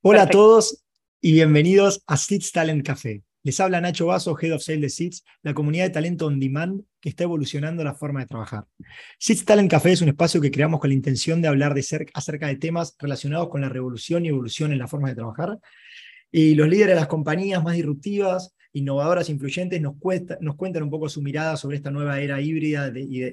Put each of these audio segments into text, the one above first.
Hola a Perfecto. todos y bienvenidos a Seeds Talent Café. Les habla Nacho Basso, Head of Sales de Seeds, la comunidad de talento on demand que está evolucionando la forma de trabajar. Seeds Talent Café es un espacio que creamos con la intención de hablar acerca de temas relacionados con la revolución y evolución en la forma de trabajar. Y los líderes de las compañías más disruptivas, innovadoras, influyentes, nos cuentan un poco su mirada sobre esta nueva era híbrida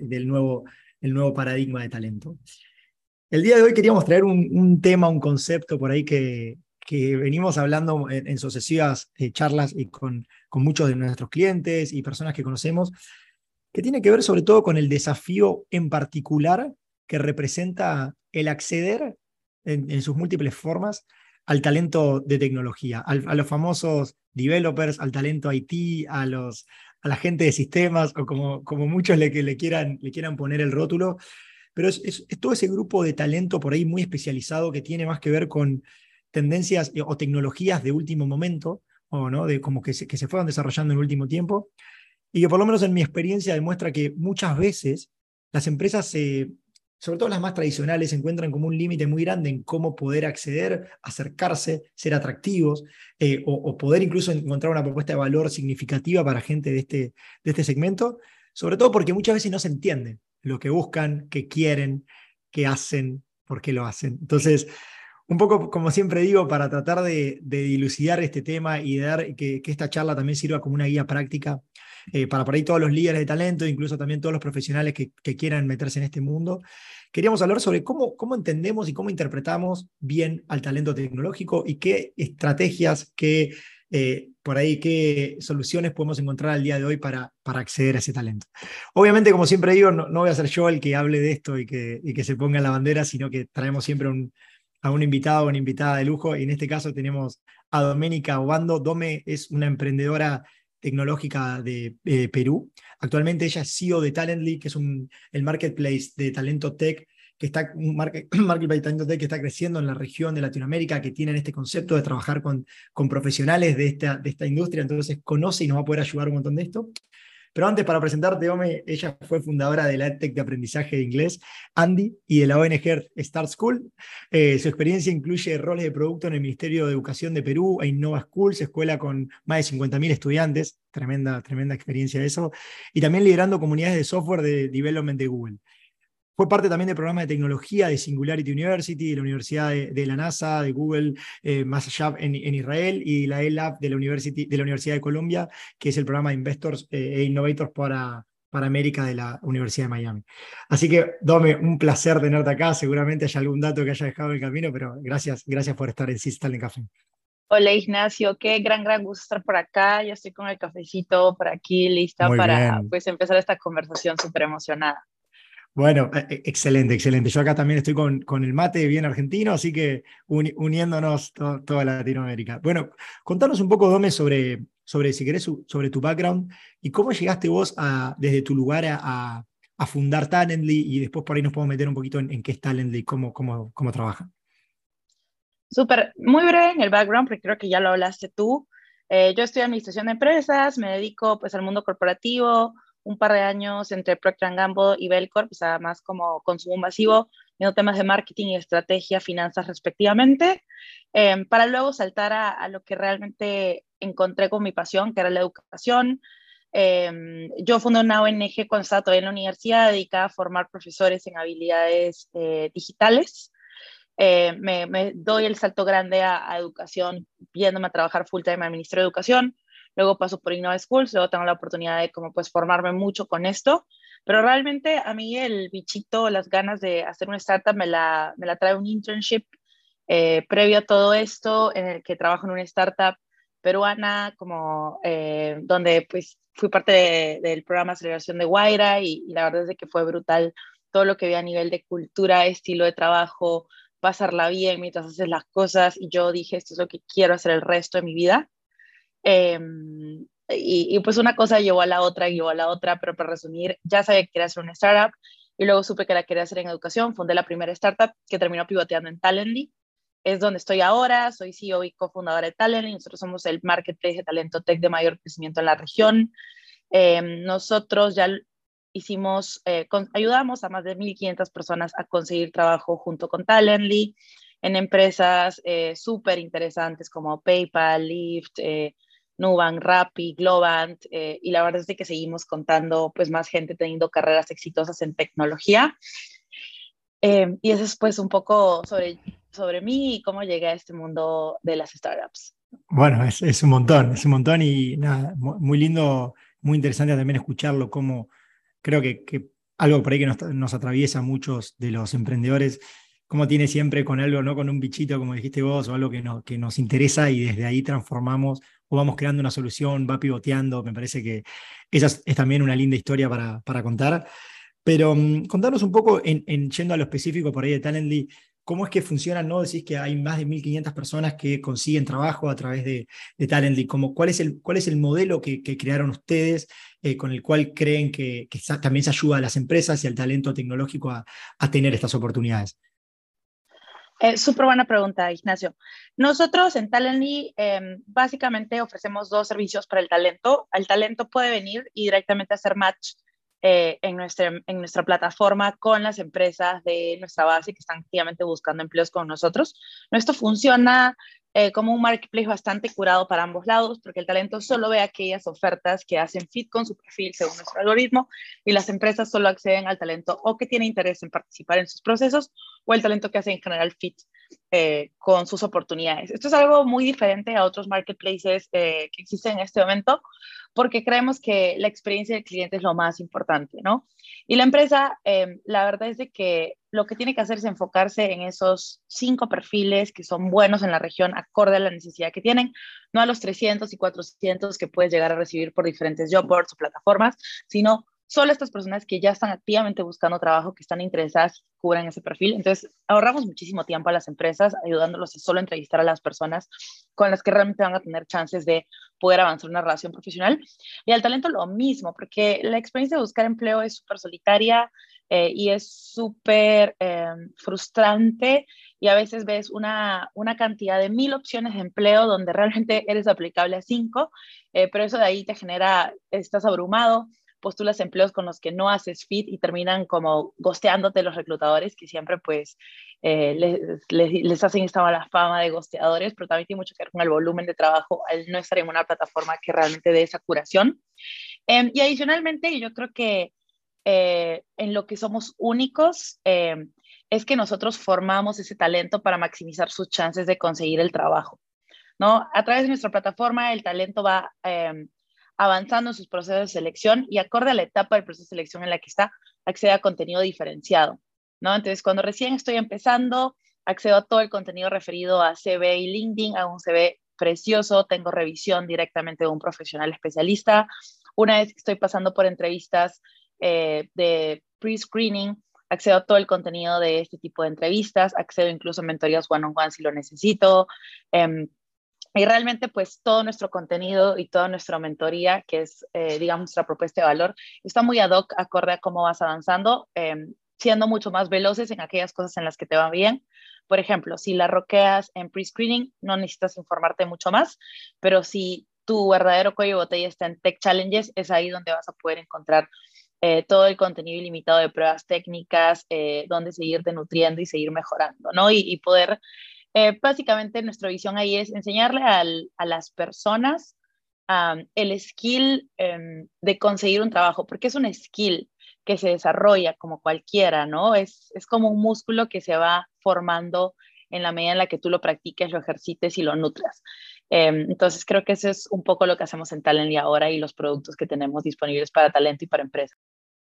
el nuevo paradigma de talento. El día de hoy queríamos traer un tema, un concepto por ahí que venimos hablando en sucesivas charlas y con muchos de nuestros clientes y personas que conocemos, que tiene que ver sobre todo con el desafío en particular que representa el acceder en sus múltiples formas al talento de tecnología, a los famosos developers, al talento IT, a la gente de sistemas, o como muchos le quieran poner el rótulo, pero es todo ese grupo de talento por ahí muy especializado que tiene más que ver con tendencias o tecnologías de último momento, o ¿no? De como que se fueron desarrollando en el último tiempo, y que por lo menos en mi experiencia demuestra que muchas veces las empresas, sobre todo las más tradicionales, se encuentran como un límite muy grande en cómo poder acceder, acercarse, ser atractivos, o poder incluso encontrar una propuesta de valor significativa para gente de este segmento, sobre todo porque muchas veces no se entiende lo que buscan, qué quieren, qué hacen, por qué lo hacen. Entonces, un poco, como siempre digo, para tratar de dilucidar este tema y de dar que esta charla también sirva como una guía práctica para por ahí todos los líderes de talento, incluso también todos los profesionales que quieran meterse en este mundo. Queríamos hablar sobre cómo entendemos y cómo interpretamos bien al talento tecnológico y qué estrategias, por ahí, qué soluciones podemos encontrar al día de hoy para acceder a ese talento. Obviamente, como siempre digo, no voy a ser yo el que hable de esto y que se ponga en la bandera, sino que traemos siempre a un invitado o una invitada de lujo, y en este caso tenemos a Doménica Obando. Dome es una emprendedora tecnológica de Perú. Actualmente ella es CEO de Talently, que es el marketplace de talento tech marketplace de talento tech que está creciendo en la región de Latinoamérica, que tienen este concepto de trabajar con profesionales de esta industria, entonces conoce y nos va a poder ayudar un montón de esto. Pero antes, para presentarte, Ome, ella fue fundadora de la EdTech de aprendizaje de inglés, Andy, y de la ONG Start School. Su experiencia incluye roles de producto en el Ministerio de Educación de Perú e Innova Schools, escuela con más de 50.000 estudiantes, tremenda experiencia eso, y también liderando comunidades de software de development de Google. Fue parte también del programa de tecnología de Singularity University, de la Universidad de la NASA, de Google, más allá en Israel, y la ELAB de la Universidad de Colombia, que es el programa de Investors e Innovators para América de la Universidad de Miami. Así que, Dome, un placer tenerte acá. Seguramente hay algún dato que haya dejado en el camino, pero gracias por estar en Sistal en Café. Hola Ignacio, qué gran gusto estar por acá. Ya estoy con el cafecito por aquí, lista Muy para bien. pues empezar esta conversación súper emocionada. Bueno, excelente. Yo acá también estoy con el mate bien argentino, así que uniéndonos toda Latinoamérica. Bueno, contanos un poco, Dome, sobre si querés, sobre tu background y cómo llegaste vos desde tu lugar a fundar Talently, y después por ahí nos podemos meter un poquito en qué es Talently, cómo trabaja. Súper, muy breve en el background, porque creo que ya lo hablaste tú. Yo estudio administración de empresas, me dedico pues al mundo corporativo, un par de años entre Procter Gamble y Belcorp, o sea, más como consumo masivo, viendo temas de marketing y estrategia, finanzas respectivamente, para luego saltar a lo que realmente encontré con mi pasión, que era la educación. Yo fundé una ONG cuando estaba todavía en la universidad dedicada a formar profesores en habilidades digitales. Me doy el salto grande a educación, viéndome a trabajar full time al Ministerio de Educación, luego paso por Innova Schools, luego tengo la oportunidad de como pues formarme mucho con esto, pero realmente a mí el bichito, las ganas de hacer una startup me la trae un internship previo a todo esto, en el que trabajo en una startup peruana, como donde pues fui parte del programa de aceleración de Guaira, y la verdad es de que fue brutal todo lo que vi a nivel de cultura, estilo de trabajo, pasarla bien mientras haces las cosas, y yo dije, esto es lo que quiero hacer el resto de mi vida. Eh, pues una cosa llevó a la otra, pero para resumir, ya sabía que quería hacer una startup, y luego supe que la quería hacer en educación, fundé la primera startup que terminó pivoteando en Talently, es donde estoy ahora, soy CEO y cofundadora de Talently, nosotros somos el marketplace de talento tech de mayor crecimiento en la región. Nosotros ya ayudamos a más de 1,500 personas a conseguir trabajo junto con Talently. en empresas súper interesantes como PayPal, Lyft, Nubank, Rappi, Globant, y la verdad es de que seguimos contando pues más gente teniendo carreras exitosas en tecnología. Y eso es pues un poco sobre mí y cómo llegué a este mundo de las startups. Bueno, es un montón y nada, muy lindo, muy interesante también escucharlo, como creo que algo por ahí que nos atraviesa a muchos de los emprendedores, como tiene siempre con algo, ¿no? Con un bichito, como dijiste vos, o algo que nos interesa y desde ahí transformamos o vamos creando una solución, va pivoteando, me parece que esa es también una linda historia para contar. Pero contanos un poco, yendo a lo específico por ahí de Talently, ¿cómo es que funciona? ¿No? Decís que hay más de 1.500 personas que consiguen trabajo a través de Talently. ¿Cuál es el modelo que crearon ustedes con el cual creen que también se ayuda a las empresas y al talento tecnológico a tener estas oportunidades? Súper buena pregunta, Ignacio. Nosotros en Talently básicamente ofrecemos dos servicios para el talento. El talento puede venir y directamente hacer match en nuestra plataforma con las empresas de nuestra base que están activamente buscando empleos con nosotros. Esto funciona como un marketplace bastante curado para ambos lados, porque el talento solo ve aquellas ofertas que hacen fit con su perfil según nuestro algoritmo, y las empresas solo acceden al talento o que tiene interés en participar en sus procesos o el talento que hace en general fit con sus oportunidades. Esto es algo muy diferente a otros marketplaces que existen en este momento, porque creemos que la experiencia del cliente es lo más importante, ¿no? Y la empresa, la verdad es de que lo que tiene que hacer es enfocarse en esos 5 perfiles que son buenos en la región, acorde a la necesidad que tienen, no a los 300 y 400 que puedes llegar a recibir por diferentes job boards o plataformas, sino solo estas personas que ya están activamente buscando trabajo, que están interesadas y cubren ese perfil. Entonces, ahorramos muchísimo tiempo a las empresas, ayudándolos a solo entrevistar a las personas con las que realmente van a tener chances de poder avanzar una relación profesional. Y al talento lo mismo, porque la experiencia de buscar empleo es súper solitaria y es súper frustrante, y a veces ves una cantidad de 1.000 opciones de empleo donde realmente eres aplicable a 5, pero eso de ahí te genera, estás abrumado, postulas empleos con los que no haces fit y terminan como gosteándote los reclutadores, que siempre pues les hacen esta mala fama de gosteadores, pero también tiene mucho que ver con el volumen de trabajo al no estar en una plataforma que realmente dé esa curación. Y adicionalmente, yo creo que en lo que somos únicos es que nosotros formamos ese talento para maximizar sus chances de conseguir el trabajo, ¿no? A través de nuestra plataforma, el talento va avanzando en sus procesos de selección y acorde a la etapa del proceso de selección en la que está, accede a contenido diferenciado, ¿no? Entonces, cuando recién estoy empezando, accedo a todo el contenido referido a CV y LinkedIn, a un CV precioso, tengo revisión directamente de un profesional especialista. Una vez que estoy pasando por entrevistas de pre-screening, accedo a todo el contenido de este tipo de entrevistas, accedo incluso a mentorías one-on-one si lo necesito. Y realmente pues todo nuestro contenido y toda nuestra mentoría, que es digamos nuestra propuesta de valor, está muy ad hoc, acorde a cómo vas avanzando, siendo mucho más veloces en aquellas cosas en las que te va bien. Por ejemplo, si la roqueas en pre-screening, no necesitas informarte mucho más, pero si tu verdadero cuello de botella está en Tech Challenges, es ahí donde vas a poder encontrar todo el contenido ilimitado de pruebas técnicas, donde seguirte nutriendo y seguir mejorando, ¿no? Y poder, básicamente nuestra visión ahí es enseñarle a las personas el skill de conseguir un trabajo, porque es un skill que se desarrolla como cualquiera, ¿no? Es como un músculo que se va formando en la medida en la que tú lo practiques, lo ejercites y lo nutras. Entonces creo que eso es un poco lo que hacemos en Talently ahora y los productos que tenemos disponibles para talento y para empresas.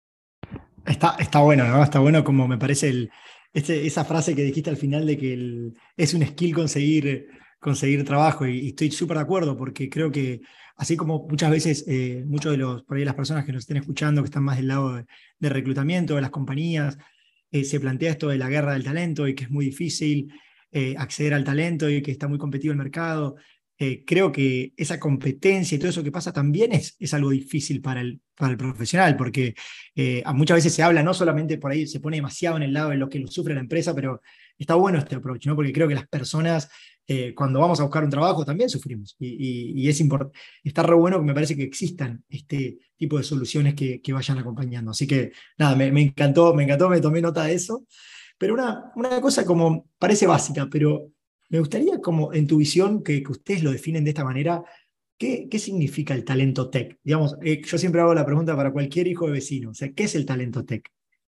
Está bueno, ¿no? Está bueno como me parece esa frase que dijiste al final de que es un skill conseguir trabajo y estoy súper de acuerdo porque creo que así como muchas veces muchos de por ahí las personas que nos estén escuchando que están más del lado de reclutamiento de las compañías, se plantea esto de la guerra del talento y que es muy difícil acceder al talento y que está muy competido el mercado. Creo que esa competencia y todo eso que pasa también es algo difícil para el profesional, porque muchas veces se habla, no solamente por ahí, se pone demasiado en el lado de lo que lo sufre la empresa, pero está bueno este approach, ¿no? Porque creo que las personas, cuando vamos a buscar un trabajo, también sufrimos. Y está re bueno que me parece que existan este tipo de soluciones que vayan acompañando. Así que nada, me encantó, me tomé nota de eso. Pero una cosa como parece básica, pero me gustaría como en tu visión que ustedes lo definen de esta manera, ¿qué significa el talento tech? Digamos, yo siempre hago la pregunta para cualquier hijo de vecino, o sea, ¿qué es el talento tech?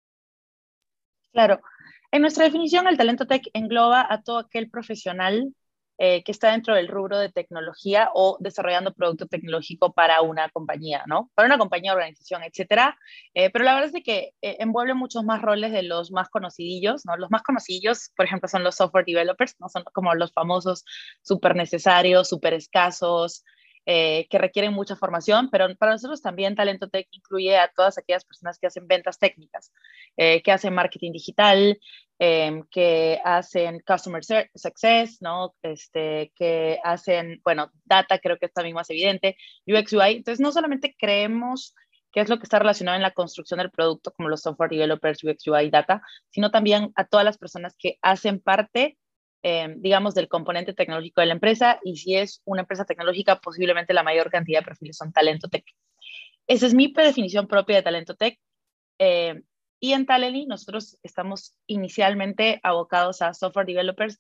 Claro, en nuestra definición, el talento tech engloba a todo aquel profesional que está dentro del rubro de tecnología o desarrollando producto tecnológico para una compañía, ¿no? Para una compañía, organización, etcétera. Pero la verdad es de que envuelve muchos más roles de los más conocidillos, ¿no? Los más conocidillos, por ejemplo, son los software developers, ¿no? Son como los famosos súper necesarios, súper escasos, que requieren mucha formación, pero para nosotros también Talento Tech incluye a todas aquellas personas que hacen ventas técnicas, que hacen marketing digital, que hacen customer success, ¿no? Que hacen, bueno, data, creo que es también más evidente, UX, UI. Entonces, no solamente creemos qué es lo que está relacionado en la construcción del producto, como los software developers, UX, UI, data, sino también a todas las personas que hacen parte, digamos, del componente tecnológico de la empresa. Y si es una empresa tecnológica, posiblemente la mayor cantidad de perfiles son talento tech. Esa es mi definición propia de talento tech. Eh, y en Talently nosotros estamos inicialmente abocados a software developers,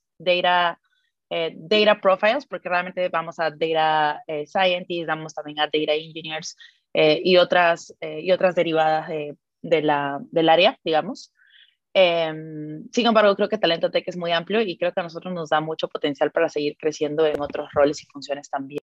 data profiles, porque realmente vamos a data scientists, vamos también a data engineers y otras derivadas del área, digamos. Sin embargo, creo que Talento Tech es muy amplio y creo que a nosotros nos da mucho potencial para seguir creciendo en otros roles y funciones también.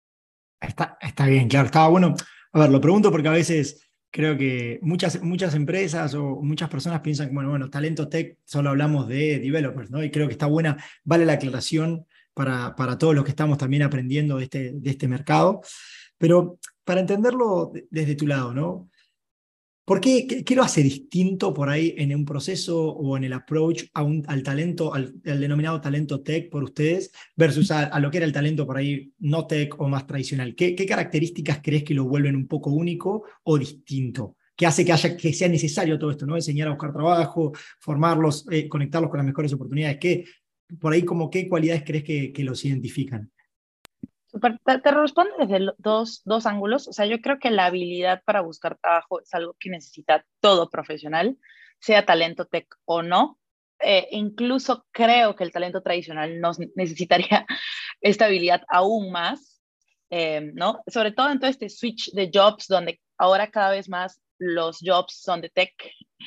Está bien, claro, estaba bueno. A ver, lo pregunto porque a veces creo que muchas empresas o muchas personas piensan que, bueno, talento tech solo hablamos de developers, ¿no? Y creo que está buena, vale la aclaración para todos los que estamos también aprendiendo de este mercado. Pero para entenderlo desde tu lado, ¿no? ¿Por qué lo hace distinto por ahí en un proceso o en el approach al talento, al denominado talento tech por ustedes, versus a lo que era el talento por ahí no tech o más tradicional? ¿Qué características crees que lo vuelven un poco único o distinto? ¿Qué hace que sea necesario todo esto, ¿no? Enseñar a buscar trabajo, formarlos, conectarlos con las mejores oportunidades. Por ahí, como qué cualidades crees que los identifican? Super, te respondo desde dos ángulos. O sea, yo creo que la habilidad para buscar trabajo es algo que necesita todo profesional, sea talento tech o no. Incluso creo que el talento tradicional nos necesitaría esta habilidad aún más, ¿no? Sobre todo en todo este switch de jobs, donde ahora cada vez más los jobs son de tech,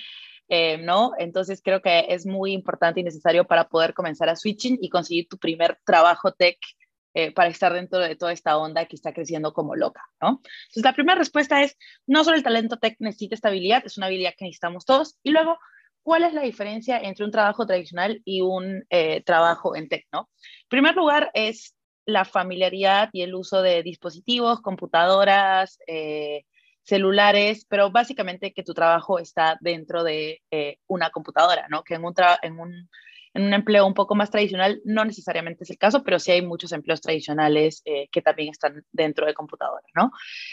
¿no? Entonces creo que es muy importante y necesario para poder comenzar a switching y conseguir tu primer trabajo tech, para estar dentro de toda esta onda que está creciendo como loca, ¿no? Entonces la primera respuesta es, no solo el talento tech necesita estabilidad, es una habilidad que necesitamos todos. Y luego, ¿cuál es la diferencia entre un trabajo tradicional y un trabajo en tech, ¿no? En primer lugar es la familiaridad y el uso de dispositivos, computadoras, celulares, pero básicamente que tu trabajo está dentro de una computadora, ¿no? Que en un empleo un poco más tradicional no necesariamente es el caso, pero sí hay muchos empleos tradicionales que también están dentro de computadoras, ¿no?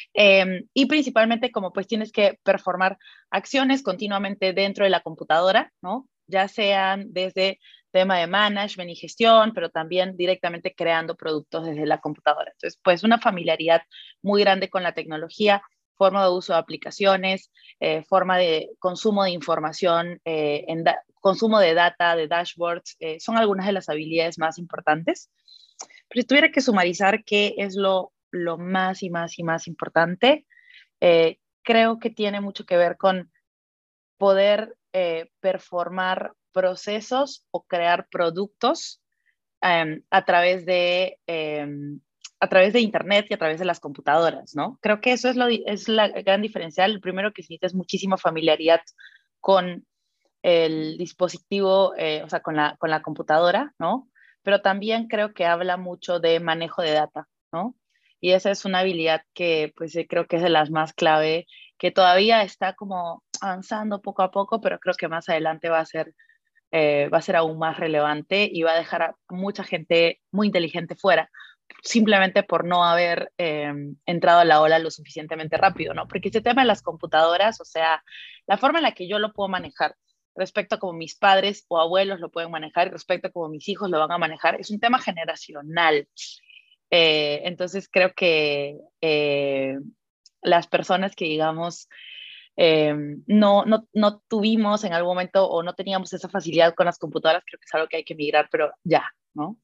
Y principalmente como pues tienes que performar acciones continuamente dentro de la computadora, ¿no? Ya sean desde tema de management y gestión, pero también directamente creando productos desde la computadora. Entonces, pues una familiaridad muy grande con la tecnología, forma de uso de aplicaciones, forma de consumo de información, consumo de data, de dashboards, son algunas de las habilidades más importantes. Pero si tuviera que sumarizar qué es lo más y más y más importante, creo que tiene mucho que ver con poder performar procesos o crear productos a través a través de Internet y a través de las computadoras, ¿no? Creo que eso es la gran diferencial. El primero que se necesita es muchísima familiaridad con el dispositivo, o sea, con la computadora, ¿no? Pero también creo que habla mucho de manejo de data, ¿no? Y esa es una habilidad que pues creo que es de las más clave, que todavía está como avanzando poco a poco, pero creo que más adelante va a ser aún más relevante y va a dejar a mucha gente muy inteligente fuera, simplemente por no haber entrado a la ola lo suficientemente rápido, ¿no? Porque este tema de las computadoras, o sea, la forma en la que yo lo puedo manejar respecto a cómo mis padres o abuelos lo pueden manejar y respecto a cómo mis hijos lo van a manejar, es un tema generacional. Entonces creo que las personas que, digamos, No tuvimos en algún momento o no teníamos esa facilidad con las computadoras, creo que es algo que hay que migrar, pero ya, ¿no?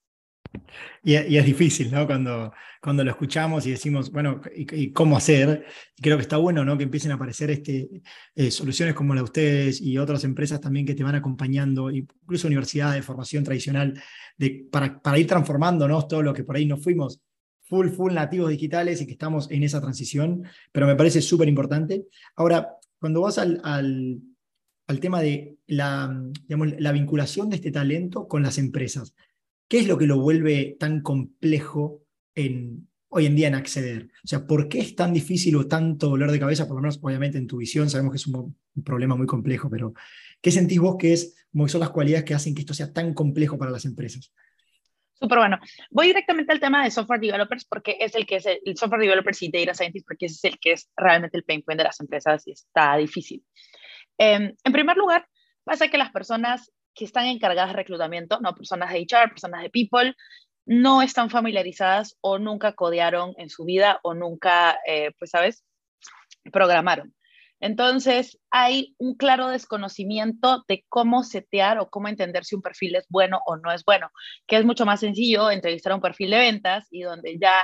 Y es difícil, ¿no? Cuando lo escuchamos y decimos, bueno, ¿y cómo hacer? Y creo que está bueno, ¿no? Que empiecen a aparecer soluciones como la de ustedes y otras empresas también que te van acompañando, incluso universidades de formación tradicional, para ir transformándonos todo lo que por ahí nos fuimos full nativos digitales y que estamos en esa transición, pero me parece súper importante. Ahora, cuando vas al tema de digamos, la vinculación de este talento con las empresas, ¿qué es lo que lo vuelve tan complejo hoy en día en acceder? O sea, ¿por qué es tan difícil o tanto dolor de cabeza? Por lo menos, obviamente, en tu visión sabemos que es un problema muy complejo, pero ¿qué sentís vos como que son las cualidades que hacen que esto sea tan complejo para las empresas? Súper bueno. Voy directamente al tema de software developers porque es el que es el software developers y data scientists porque ese es el que es realmente el pain point de las empresas y está difícil. En primer lugar, pasa que las personas que están encargadas de reclutamiento, no personas de HR, personas de people, no están familiarizadas o nunca codearon en su vida o nunca, pues, ¿sabes? Programaron. Entonces, hay un claro desconocimiento de cómo setear o cómo entender si un perfil es bueno o no es bueno, que es mucho más sencillo entrevistar a un perfil de ventas y donde ya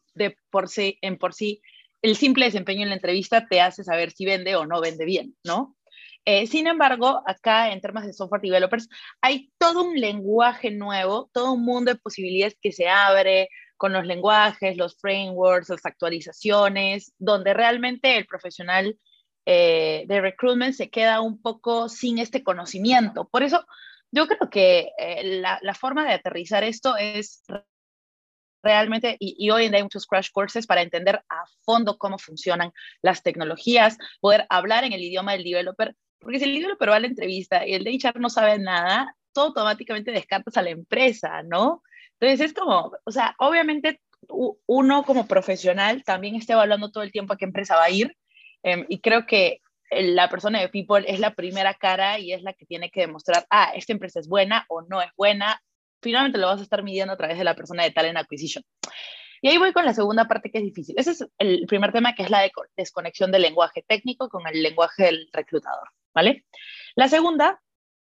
en por sí el simple desempeño en la entrevista te hace saber si vende o no vende bien, ¿no? Sin embargo, acá en temas de software developers hay todo un lenguaje nuevo, todo un mundo de posibilidades que se abre con los lenguajes, los frameworks, las actualizaciones, donde realmente el profesional de recruitment se queda un poco sin este conocimiento. Por eso yo creo que la forma de aterrizar esto es realmente, y hoy en día hay muchos crash courses para entender a fondo cómo funcionan las tecnologías, poder hablar en el idioma del developer, porque si el developer va a la entrevista y el de HR no sabe nada, todo automáticamente descartas a la empresa, ¿no? Entonces es como, o sea, obviamente uno como profesional también está evaluando todo el tiempo a qué empresa va a ir, y creo que la persona de People es la primera cara y es la que tiene que demostrar, esta empresa es buena o no es buena. Finalmente lo vas a estar midiendo a través de la persona de Talent Acquisition. Y ahí voy con la segunda parte que es difícil. Ese es el primer tema, que es la desconexión del lenguaje técnico con el lenguaje del reclutador, ¿vale? La segunda,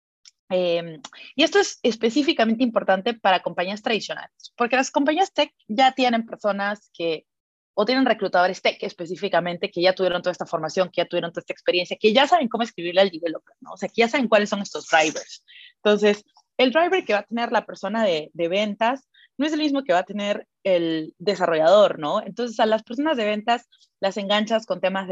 y esto es específicamente importante para compañías tradicionales, porque las compañías tech ya tienen personas que, o tienen reclutadores tech específicamente, que ya tuvieron toda esta formación, que ya tuvieron toda esta experiencia, que ya saben cómo escribirle al developer, ¿no? O sea, que ya saben cuáles son estos drivers. Entonces, el driver que va a tener la persona de ventas no es el mismo que va a tener el desarrollador, ¿no? Entonces, a las personas de ventas las enganchas con temas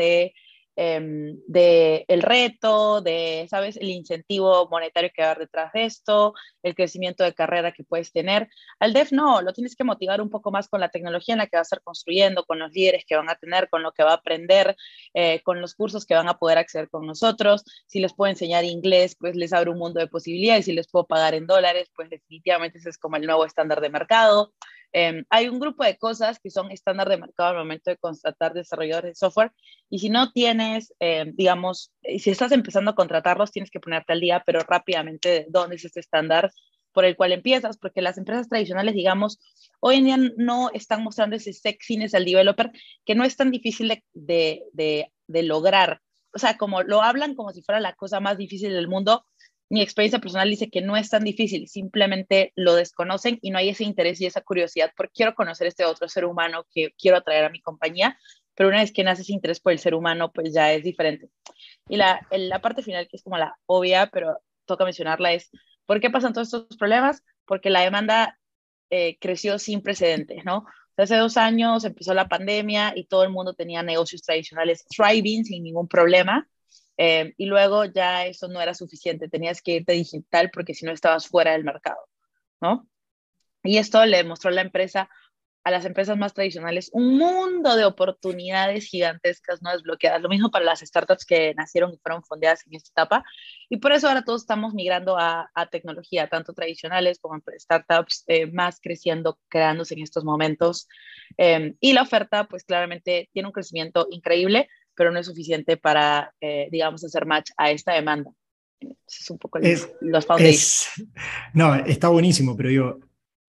de el reto, de, ¿sabes? El incentivo monetario que va a haber detrás de esto, el crecimiento de carrera que puedes tener. Al dev no, lo tienes que motivar un poco más con la tecnología en la que va a estar construyendo, con los líderes que van a tener, con lo que va a aprender, con los cursos que van a poder acceder con nosotros. Si les puedo enseñar inglés, pues les abre un mundo de posibilidades. Si les puedo pagar en dólares, pues definitivamente ese es como el nuevo estándar de mercado. Hay un grupo de cosas que son estándar de mercado al momento de contratar desarrolladores de software, y si no tienes, digamos, si estás empezando a contratarlos, tienes que ponerte al día, pero rápidamente, ¿dónde es este estándar por el cual empiezas? Porque las empresas tradicionales, digamos, hoy en día no están mostrando ese sexiness al developer, que no es tan difícil de lograr. O sea, como lo hablan como si fuera la cosa más difícil del mundo, mi experiencia personal dice que no es tan difícil, simplemente lo desconocen y no hay ese interés y esa curiosidad porque quiero conocer este otro ser humano que quiero atraer a mi compañía, pero una vez que nace ese interés por el ser humano, pues ya es diferente. Y la parte final, que es como la obvia, pero toca mencionarla, es ¿por qué pasan todos estos problemas? Porque la demanda creció sin precedentes, ¿no? O sea, hace 2 años empezó la pandemia y todo el mundo tenía negocios tradicionales thriving sin ningún problema. Y luego ya eso no era suficiente, tenías que irte digital porque si no estabas fuera del mercado, ¿no? Y esto le mostró a la empresa, a las empresas más tradicionales, un mundo de oportunidades gigantescas no desbloqueadas. Lo mismo para las startups que nacieron y fueron fondeadas en esta etapa. Y por eso ahora todos estamos migrando a tecnología, tanto tradicionales como startups, más creciendo, creándose en estos momentos. Y la oferta, pues claramente tiene un crecimiento increíble, pero no es suficiente para, digamos, hacer match a esta demanda. Ese es un poco Es, los foundations. es, no, está buenísimo, pero digo,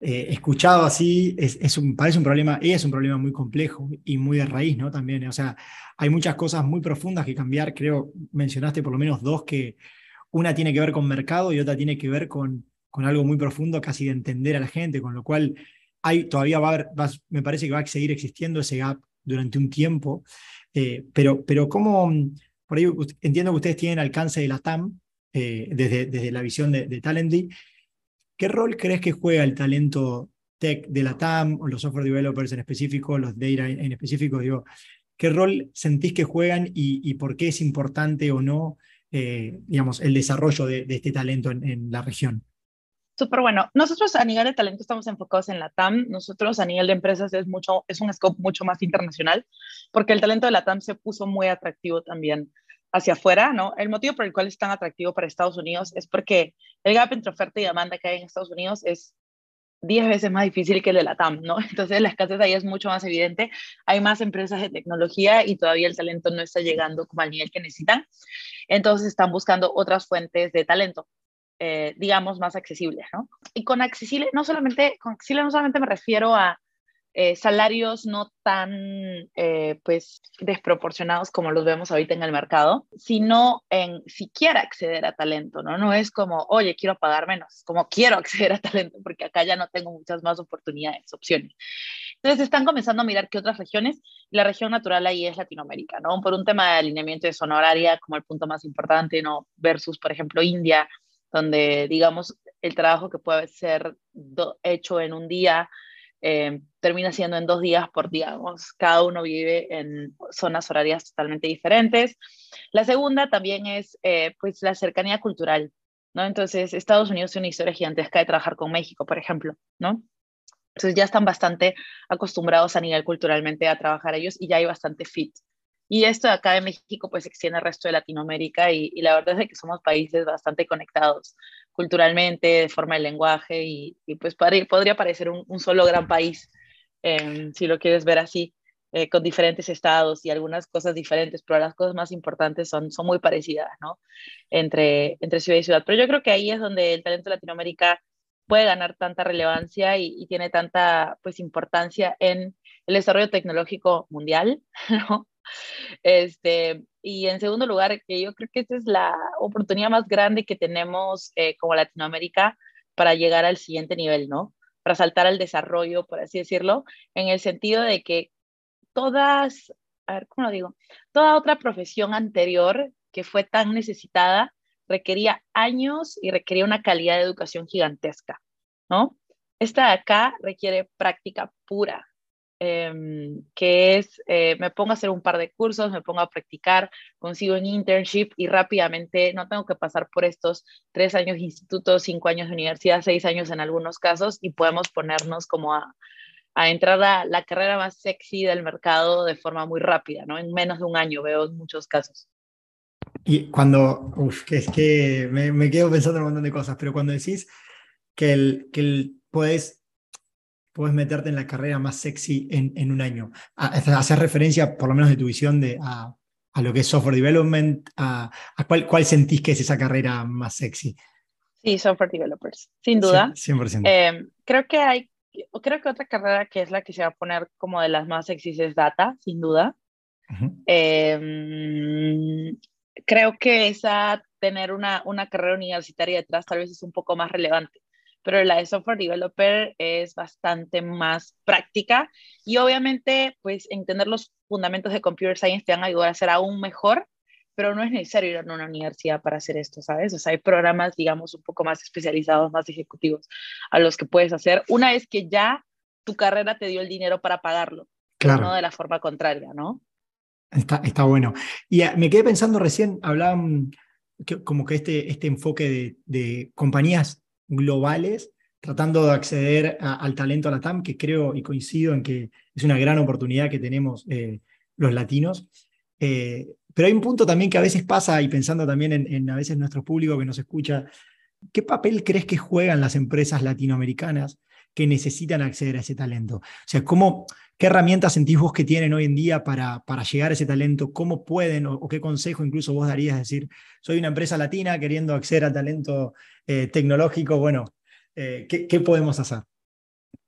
escuchado así, parece un problema, es un problema muy complejo y muy de raíz, ¿no? También, o sea, hay muchas cosas muy profundas que cambiar, creo, mencionaste por lo menos dos, que una tiene que ver con mercado y otra tiene que ver con algo muy profundo, casi de entender a la gente, con lo cual todavía me parece que va a seguir existiendo ese gap durante un tiempo, pero ¿cómo, por ahí entiendo que ustedes tienen alcance de la TAM, desde la visión de Talently? ¿Qué rol crees que juega el talento tech de la TAM, o los software developers en específico, los data en específico? Digo, ¿qué rol sentís que juegan y por qué es importante o no, digamos, el desarrollo de este talento en la región? Súper bueno. Nosotros a nivel de talento estamos enfocados en la TAM. Nosotros a nivel de empresas es un scope mucho más internacional, porque el talento de la TAM se puso muy atractivo también hacia afuera, ¿no? El motivo por el cual es tan atractivo para Estados Unidos es porque el gap entre oferta y demanda que hay en Estados Unidos es 10 veces más difícil que el de la TAM, ¿no? Entonces la escasez ahí es mucho más evidente. Hay más empresas de tecnología y todavía el talento no está llegando como al nivel que necesitan. Entonces están buscando otras fuentes de talento, digamos, más accesibles, ¿no? Y con accesible no solamente me refiero a salarios no tan pues desproporcionados como los vemos ahorita en el mercado, sino en siquiera acceder a talento, ¿no? No es como, oye, quiero pagar menos, como quiero acceder a talento porque acá ya no tengo muchas más oportunidades, opciones. Entonces están comenzando a mirar qué otras regiones, la región natural ahí es Latinoamérica, ¿no? Por un tema de alineamiento de zona horaria como el punto más importante, ¿no? Versus, por ejemplo, India, donde, digamos, el trabajo que puede ser hecho en un día termina siendo en 2 días por, digamos, cada uno vive en zonas horarias totalmente diferentes. La segunda también es, pues, la cercanía cultural, ¿no? Entonces, Estados Unidos tiene una historia gigantesca de trabajar con México, por ejemplo, ¿no? Entonces ya están bastante acostumbrados a nivel culturalmente a trabajar ellos y ya hay bastante fit. Y esto de acá de México pues se extiende al resto de Latinoamérica y la verdad es que somos países bastante conectados culturalmente, de forma de lenguaje y pues podría parecer un solo gran país, si lo quieres ver así, con diferentes estados y algunas cosas diferentes, pero las cosas más importantes son muy parecidas, ¿no? Entre ciudad y ciudad. Pero yo creo que ahí es donde el talento de Latinoamérica puede ganar tanta relevancia y tiene tanta pues importancia en el desarrollo tecnológico mundial, ¿no? Y en segundo lugar, que yo creo que esta es la oportunidad más grande que tenemos como Latinoamérica para llegar al siguiente nivel, ¿no? Para saltar al desarrollo, por así decirlo, en el sentido de que a ver, ¿cómo lo digo? Toda otra profesión anterior que fue tan necesitada requería años y requería una calidad de educación gigantesca, ¿no? Esta de acá requiere práctica pura, que es, me pongo a hacer un par de cursos, me pongo a practicar, consigo un internship y rápidamente no tengo que pasar por estos 3 años de instituto, 5 años de universidad, 6 años en algunos casos y podemos ponernos como a entrar a la carrera más sexy del mercado de forma muy rápida, ¿no? En menos de un año veo en muchos casos. Y cuando, que es que me quedo pensando en un montón de cosas, pero cuando decís puedes meterte en la carrera más sexy en un año, hacer referencia, por lo menos de tu visión, a lo que es software development, a cuál sentís que es esa carrera más sexy. Sí, software developers, sin duda. 100%. Creo que otra carrera que es la que se va a poner como de las más sexys es data, sin duda. Ujú. Creo que tener una carrera universitaria detrás tal vez es un poco más relevante, pero la de software developer es bastante más práctica y obviamente pues entender los fundamentos de computer science te van a ayudar a ser aún mejor, pero no es necesario ir a una universidad para hacer esto, ¿sabes? O sea, hay programas, digamos, un poco más especializados, más ejecutivos a los que puedes hacer una vez que ya tu carrera te dio el dinero para pagarlo, pero no Claro, de la forma contraria, ¿no? está bueno. Y me quedé pensando recién, hablaban como que este enfoque de compañías globales tratando de acceder al talento a la TAM, que creo y coincido en que es una gran oportunidad que tenemos los latinos. Pero hay un punto también que a veces pasa, y pensando también en a veces nuestro público que nos escucha, ¿qué papel crees que juegan las empresas latinoamericanas que necesitan acceder a ese talento? O sea, ¿qué herramientas sentís vos que tienen hoy en día para llegar a ese talento? ¿Cómo pueden o qué consejo incluso vos darías? Decir, soy una empresa latina queriendo acceder a talento tecnológico, bueno, ¿qué podemos hacer?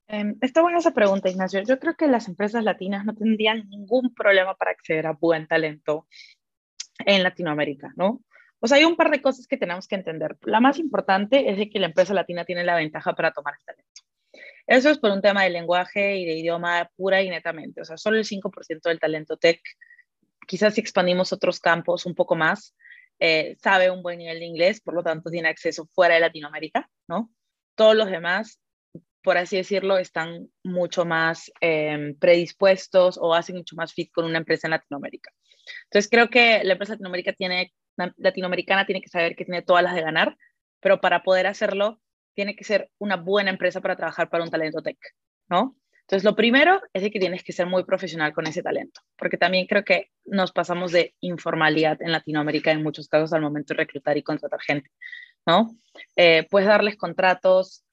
Está buena esa pregunta, Ignacio. Yo creo que las empresas latinas no tendrían ningún problema para acceder a buen talento en Latinoamérica, ¿no? O sea, hay un par de cosas que tenemos que entender. La más importante es de que la empresa latina tiene la ventaja para tomar este talento. Eso es por un tema de lenguaje y de idioma pura y netamente. O sea, solo el 5% del talento tech, quizás si expandimos otros campos un poco más, sabe un buen nivel de inglés, por lo tanto tiene acceso fuera de Latinoamérica, ¿no? Todos los demás, por así decirlo, están mucho más predispuestos o hacen mucho más fit con una empresa en Latinoamérica. Entonces creo que la empresa latinoamericana tiene que saber que tiene todas las de ganar, pero para poder hacerlo tiene que ser una buena empresa para trabajar para un talento tech, ¿no? Entonces lo primero es de que tienes que ser muy profesional con ese talento, porque también creo que nos pasamos de informalidad en Latinoamérica en muchos casos al momento de reclutar y contratar gente, ¿no? Puedes darles contratos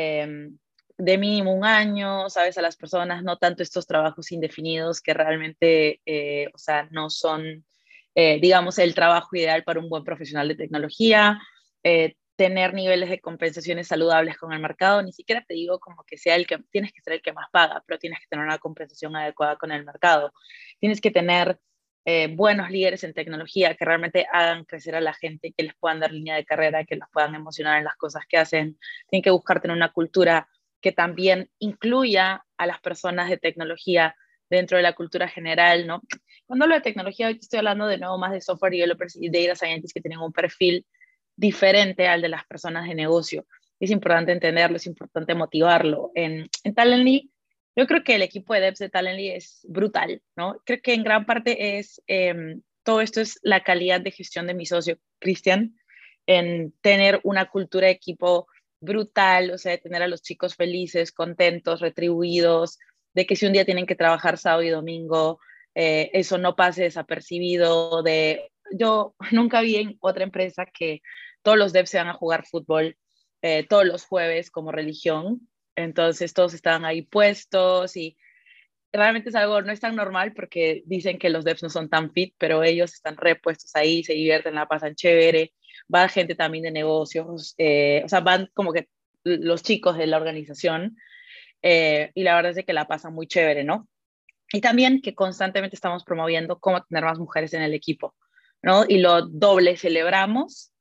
de mínimo un año, ¿sabes? A las personas, no tanto estos trabajos indefinidos que realmente, o sea, no son, digamos, el trabajo ideal para un buen profesional de tecnología. Tener niveles de compensaciones saludables con el mercado, ni siquiera te digo como que sea el que, tienes que ser el que más paga, pero tienes que tener una compensación adecuada con el mercado. Tienes que tener buenos líderes en tecnología que realmente hagan crecer a la gente, que les puedan dar línea de carrera, que los puedan emocionar en las cosas que hacen. Tienen que buscar tener una cultura que también incluya a las personas de tecnología dentro de la cultura general, ¿no? Cuando hablo de tecnología, hoy estoy hablando de nuevo más de software developers y data scientists que tienen un perfil diferente al de las personas de negocio. Es importante entenderlo, es importante motivarlo. En Talently, yo creo que el equipo de devs de Talently es brutal, ¿no? Creo que en gran parte es, todo esto es la calidad de gestión de mi socio, Cristian, en tener una cultura de equipo brutal, o sea, de tener a los chicos felices, contentos, retribuidos, de que si un día tienen que trabajar sábado y domingo, eso no pase desapercibido. Yo nunca vi en otra empresa que todos los devs se van a jugar fútbol todos los jueves como religión, entonces todos estaban ahí puestos y realmente es algo, no es tan normal porque dicen que los devs no son tan fit, pero ellos están repuestos ahí, se divierten, la pasan chévere, va gente también de negocios, o sea, van como que los chicos de la organización y la verdad es que la pasan muy chévere, ¿no? Y también que constantemente estamos promoviendo cómo tener más mujeres en el equipo, ¿no? Y lo doble celebramos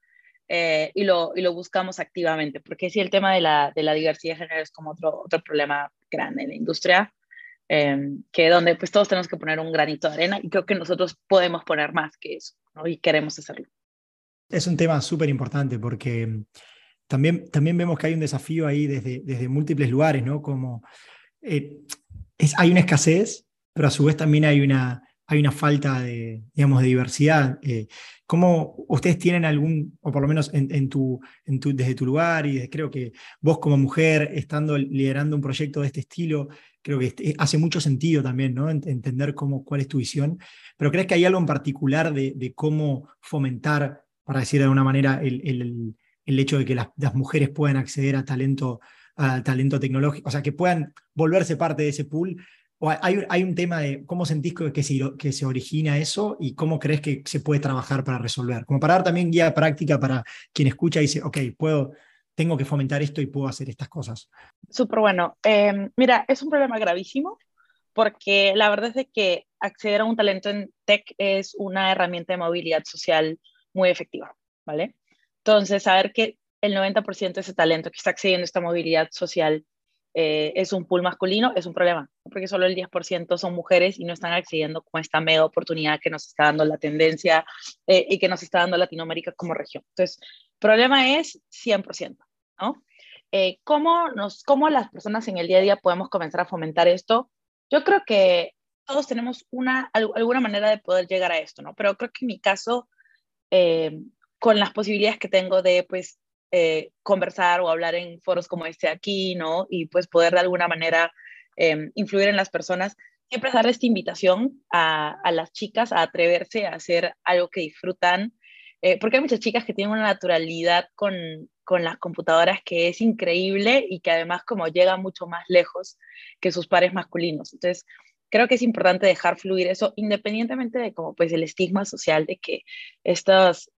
y lo buscamos activamente, porque sí, el tema de la diversidad de género es como otro problema grande en la industria, que donde pues todos tenemos que poner un granito de arena y creo que nosotros podemos poner más que eso, ¿no? Y queremos hacerlo. Es un tema súper importante porque también vemos que hay un desafío ahí desde múltiples lugares, ¿no? Como eh, hay una escasez, pero a su vez también hay una falta de, digamos, de diversidad. ¿Cómo ustedes tienen algún, o por lo menos desde tu lugar, y creo que vos como mujer, estando liderando un proyecto de este estilo, creo que hace mucho sentido también, ¿no? Entender cuál es tu visión, pero ¿crees que hay algo en particular de cómo fomentar, para decir de alguna manera, el hecho de que las mujeres puedan acceder a talento tecnológico, o sea, que puedan volverse parte de ese pool? ¿O hay un tema de cómo sentís que se origina eso y cómo crees que se puede trabajar para resolver? Como para dar también guía práctica para quien escucha y dice, ok, tengo que fomentar esto y puedo hacer estas cosas. Súper bueno. Mira, es un problema gravísimo porque la verdad es de que acceder a un talento en tech es una herramienta de movilidad social muy efectiva, ¿vale? Entonces, saber que el 90% de ese talento que está accediendo a esta movilidad social es un pool masculino es un problema, porque solo el 10% son mujeres y no están accediendo con esta mega oportunidad que nos está dando la tendencia y que nos está dando Latinoamérica como región. Entonces, el problema es 100%, ¿no? ¿Cómo las personas en el día a día podemos comenzar a fomentar esto? Yo creo que todos tenemos alguna manera de poder llegar a esto, ¿no? Pero creo que en mi caso, eh, con las posibilidades que tengo de, pues, conversar o hablar en foros como este aquí, ¿no? Y pues poder de alguna manera influir en las personas, siempre es darle esta invitación a las chicas a atreverse a hacer algo que disfrutan, porque hay muchas chicas que tienen una naturalidad con las computadoras que es increíble y que además como llega mucho más lejos que sus pares masculinos. Entonces, creo que es importante dejar fluir eso, independientemente de como pues el estigma social de que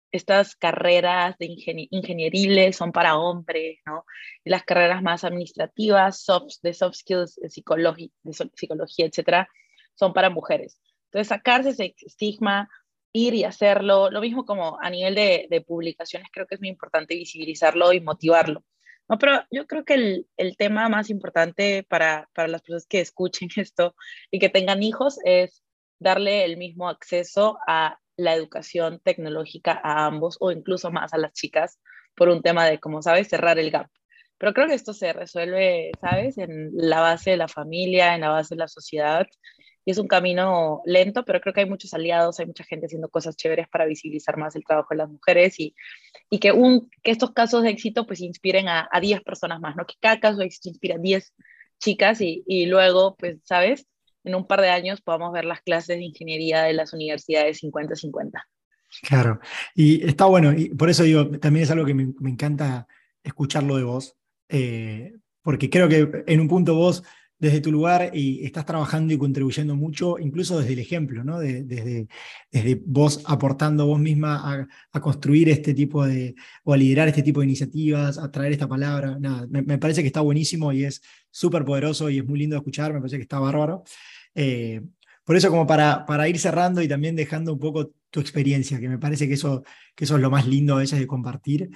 estas carreras de ingenieriles son para hombres, ¿no? Y las carreras más administrativas, de soft skills, de psicología, etcétera, son para mujeres. Entonces, sacarse ese estigma, ir y hacerlo, lo mismo como a nivel de publicaciones, creo que es muy importante visibilizarlo y motivarlo. No, pero yo creo que el tema más importante para las personas que escuchen esto y que tengan hijos es darle el mismo acceso a la educación tecnológica a ambos o incluso más a las chicas por un tema de, como sabes, cerrar el gap. Pero creo que esto se resuelve, ¿sabes? En la base de la familia, en la base de la sociedad. Y es un camino lento, pero creo que hay muchos aliados, hay mucha gente haciendo cosas chéveres para visibilizar más el trabajo de las mujeres y que estos casos de éxito pues inspiren a 10 personas más, ¿no? Que cada caso de éxito inspira a 10 chicas y luego, pues, ¿sabes? En un par de años podamos ver las clases de ingeniería de las universidades 50-50. Claro, y está bueno, y por eso digo, también es algo que me encanta escucharlo de vos, porque creo que en un punto vos, desde tu lugar, y estás trabajando y contribuyendo mucho, incluso desde el ejemplo, ¿no? Desde vos aportando vos misma a construir este tipo o a liderar este tipo de iniciativas, a traer esta palabra, nada, me parece que está buenísimo y es súper poderoso y es muy lindo de escuchar, me parece que está bárbaro. Eh, por eso, como para ir cerrando y también dejando un poco tu experiencia, que me parece que eso es lo más lindo a veces de compartir.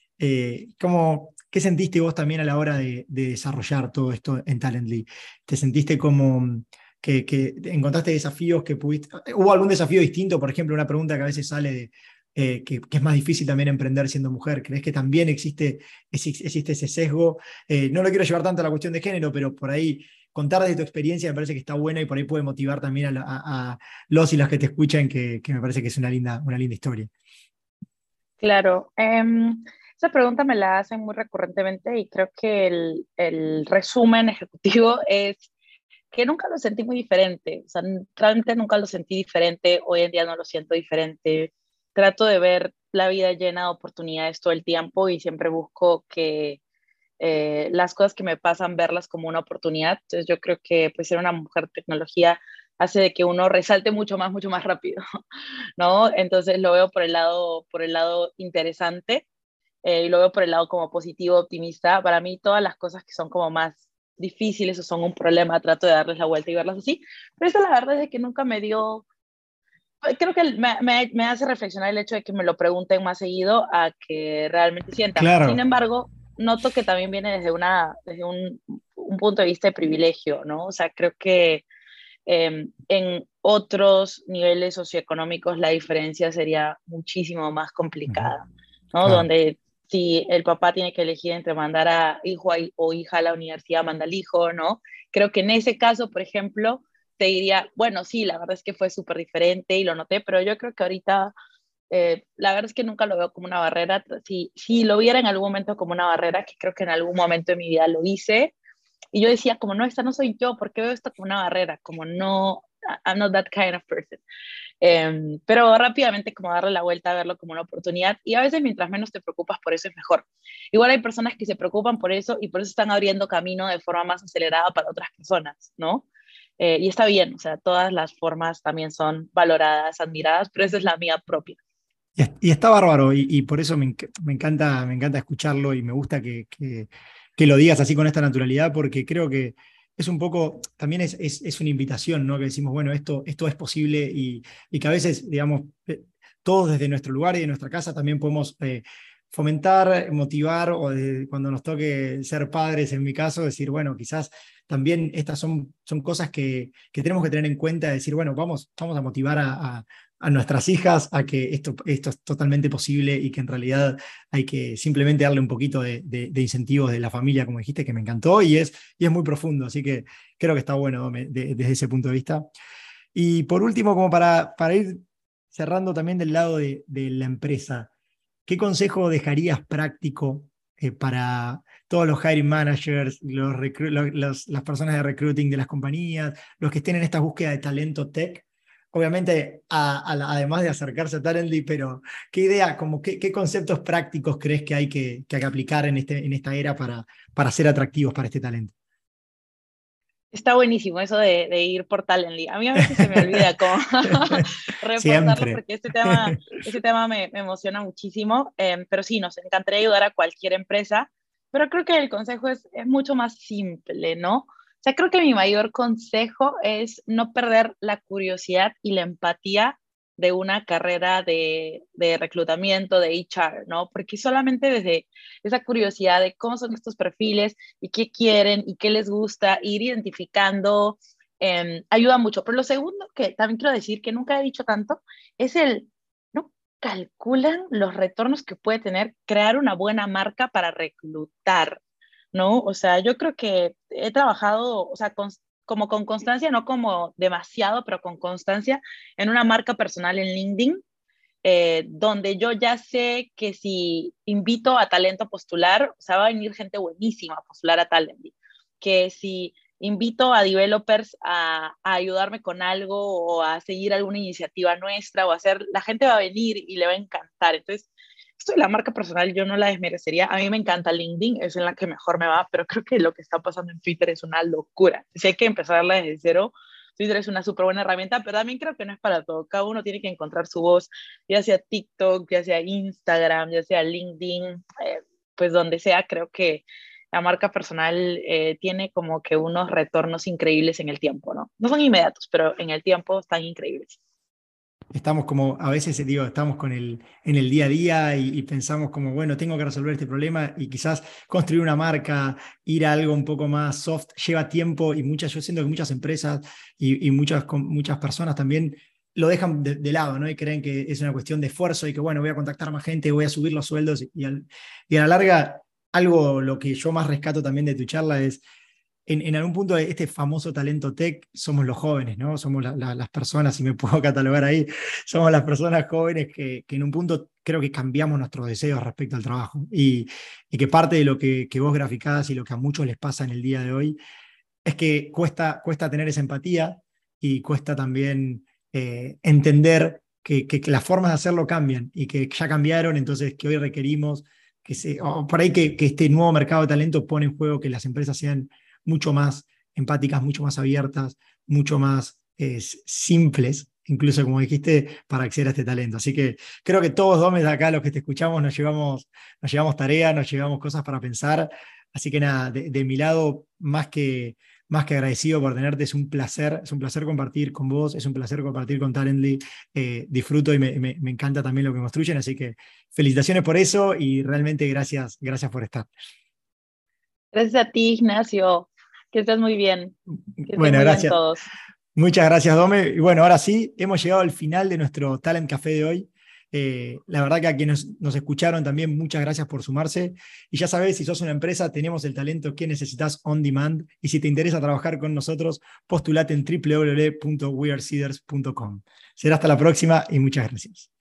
¿Qué sentiste vos también a la hora de desarrollar todo esto en Talently? ¿Te sentiste como que encontraste desafíos que pudiste? ¿Hubo algún desafío distinto? Por ejemplo, una pregunta que a veces sale que es más difícil también emprender siendo mujer. ¿Crees que también existe ese sesgo? No lo quiero llevar tanto a la cuestión de género, pero por ahí contar desde tu experiencia me parece que está buena y por ahí puede motivar también a los y las que te escuchan, que me parece que es una linda historia. Claro, esa pregunta me la hacen muy recurrentemente y creo que el resumen ejecutivo es que nunca lo sentí muy diferente, o sea, realmente nunca lo sentí diferente, hoy en día no lo siento diferente, trato de ver la vida llena de oportunidades todo el tiempo y siempre busco que las cosas que me pasan, verlas como una oportunidad. Entonces yo creo que pues ser una mujer de tecnología hace de que uno resalte mucho más rápido, ¿no? Entonces lo veo por el lado interesante y lo veo por el lado como positivo, optimista. Para mí todas las cosas que son como más difíciles o son un problema, trato de darles la vuelta y verlas así. Pero eso la verdad es que nunca me dio, creo que me hace reflexionar el hecho de que me lo pregunten más seguido a que realmente sienta. Sin Claro. embargo, noto que también viene desde un punto de vista de privilegio, ¿no? O sea, creo que en otros niveles socioeconómicos la diferencia sería muchísimo más Ujú. complicada, ¿no? Claro. Donde si el papá tiene que elegir entre mandar a hijo o hija a la universidad, manda al hijo, ¿no? Creo que en ese caso, por ejemplo, te diría, bueno, sí, la verdad es que fue súper diferente y lo noté, pero yo creo que ahorita, la verdad es que nunca lo veo como una barrera. Si lo viera en algún momento como una barrera, que creo que en algún momento de mi vida lo hice, y yo decía, como no, esta no soy yo, ¿por qué veo esto como una barrera? Como no, I'm not that kind of person. Pero rápidamente como darle la vuelta a verlo como una oportunidad y a veces mientras menos te preocupas por eso es mejor. Igual hay personas que se preocupan por eso y por eso están abriendo camino de forma más acelerada para otras personas, ¿no? Y está bien, o sea, todas las formas también son valoradas, admiradas, pero esa es la mía propia. Y está bárbaro, y por eso me encanta escucharlo y me gusta que lo digas así con esta naturalidad, porque creo que es un poco, también es una invitación, ¿no? Que decimos, bueno, esto es posible y que a veces, digamos, todos desde nuestro lugar y de nuestra casa también podemos fomentar, motivar, o cuando nos toque ser padres, en mi caso, decir, bueno, quizás también estas son cosas que tenemos que tener en cuenta, decir, bueno, vamos a motivar a nuestras hijas a que esto es totalmente posible y que en realidad hay que simplemente darle un poquito de incentivos de la familia, como dijiste, que me encantó y es muy profundo, así que creo que está bueno desde ese punto de vista. Y por último, como para ir cerrando también del lado de la empresa, ¿qué consejo dejarías práctico para todos los hiring managers, las personas de recruiting de las compañías, los que estén en esta búsqueda de talento tech? Obviamente, además de acercarse a Talently, pero ¿qué idea, como qué conceptos prácticos crees que hay que aplicar en esta era para ser atractivos para este talento? Está buenísimo eso de ir por Talently. A mí a veces se me olvida cómo reportarlo Siempre. porque este tema me emociona muchísimo, pero sí, nos encantaría ayudar a cualquier empresa, pero creo que el consejo es mucho más simple, ¿no? O sea, creo que mi mayor consejo es no perder la curiosidad y la empatía de una carrera de reclutamiento, de HR, ¿no? Porque solamente desde esa curiosidad de cómo son estos perfiles, y qué quieren y qué les gusta, ir identificando, ayuda mucho. Pero lo segundo que también quiero decir, que nunca he dicho tanto, es no calculan los retornos que puede tener crear una buena marca para reclutar, ¿no? O sea, yo creo que he trabajado, o sea, como con constancia, no como demasiado, pero con constancia en una marca personal en LinkedIn, donde yo ya sé que si invito a talento a postular, o sea, va a venir gente buenísima a postular a Talent, que si invito a developers a ayudarme con algo o a seguir alguna iniciativa nuestra o hacer, la gente va a venir y le va a encantar. Entonces, esto de la marca personal yo no la desmerecería. A mí me encanta LinkedIn, es en la que mejor me va, pero creo que lo que está pasando en Twitter es una locura. Si hay que empezarla desde cero, Twitter es una súper buena herramienta, pero también creo que no es para todo. Cada uno tiene que encontrar su voz, ya sea TikTok, ya sea Instagram, ya sea LinkedIn, pues donde sea, creo que la marca personal tiene como que unos retornos increíbles en el tiempo, ¿no? No son inmediatos, pero en el tiempo están increíbles. Estamos como, a veces digo, estamos en el día a día y pensamos como, bueno, tengo que resolver este problema y quizás construir una marca, ir a algo un poco más soft, lleva tiempo y yo siento que muchas empresas y muchas personas también lo dejan de lado, ¿no? Y creen que es una cuestión de esfuerzo y que, bueno, voy a contactar a más gente, voy a subir los sueldos y a la larga, lo que yo más rescato también de tu charla es en algún punto de este famoso talento tech somos los jóvenes, ¿no? Somos las personas, si me puedo catalogar ahí, somos las personas jóvenes que en un punto creo que cambiamos nuestros deseos respecto al trabajo. Y que parte de lo que vos graficás y lo que a muchos les pasa en el día de hoy es que cuesta tener esa empatía y cuesta también entender que las formas de hacerlo cambian y que ya cambiaron, entonces que hoy requerimos o por ahí que este nuevo mercado de talento pone en juego que las empresas sean mucho más empáticas, mucho más abiertas, mucho más simples, incluso como dijiste, para acceder a este talento. Así que creo que todos, Domes, acá los que te escuchamos, nos llevamos tareas, nos llevamos cosas para pensar. Así que nada, de mi lado, más que agradecido por tenerte, es un placer compartir con vos, es un placer compartir con Talently, disfruto y me encanta también lo que construyen, así que felicitaciones por eso y realmente gracias por estar. Gracias a ti, Ignacio. Que estés muy bien. Que estén Bueno, muy bien gracias. todos. Muchas gracias, Dome. Y bueno, ahora sí, hemos llegado al final de nuestro Talent Café de hoy. La verdad que a quienes nos escucharon también, muchas gracias por sumarse. Y ya sabes, si sos una empresa, tenemos el talento que necesitas on demand. Y si te interesa trabajar con nosotros, postulate en www.weareseeders.com. Será hasta la próxima y muchas gracias.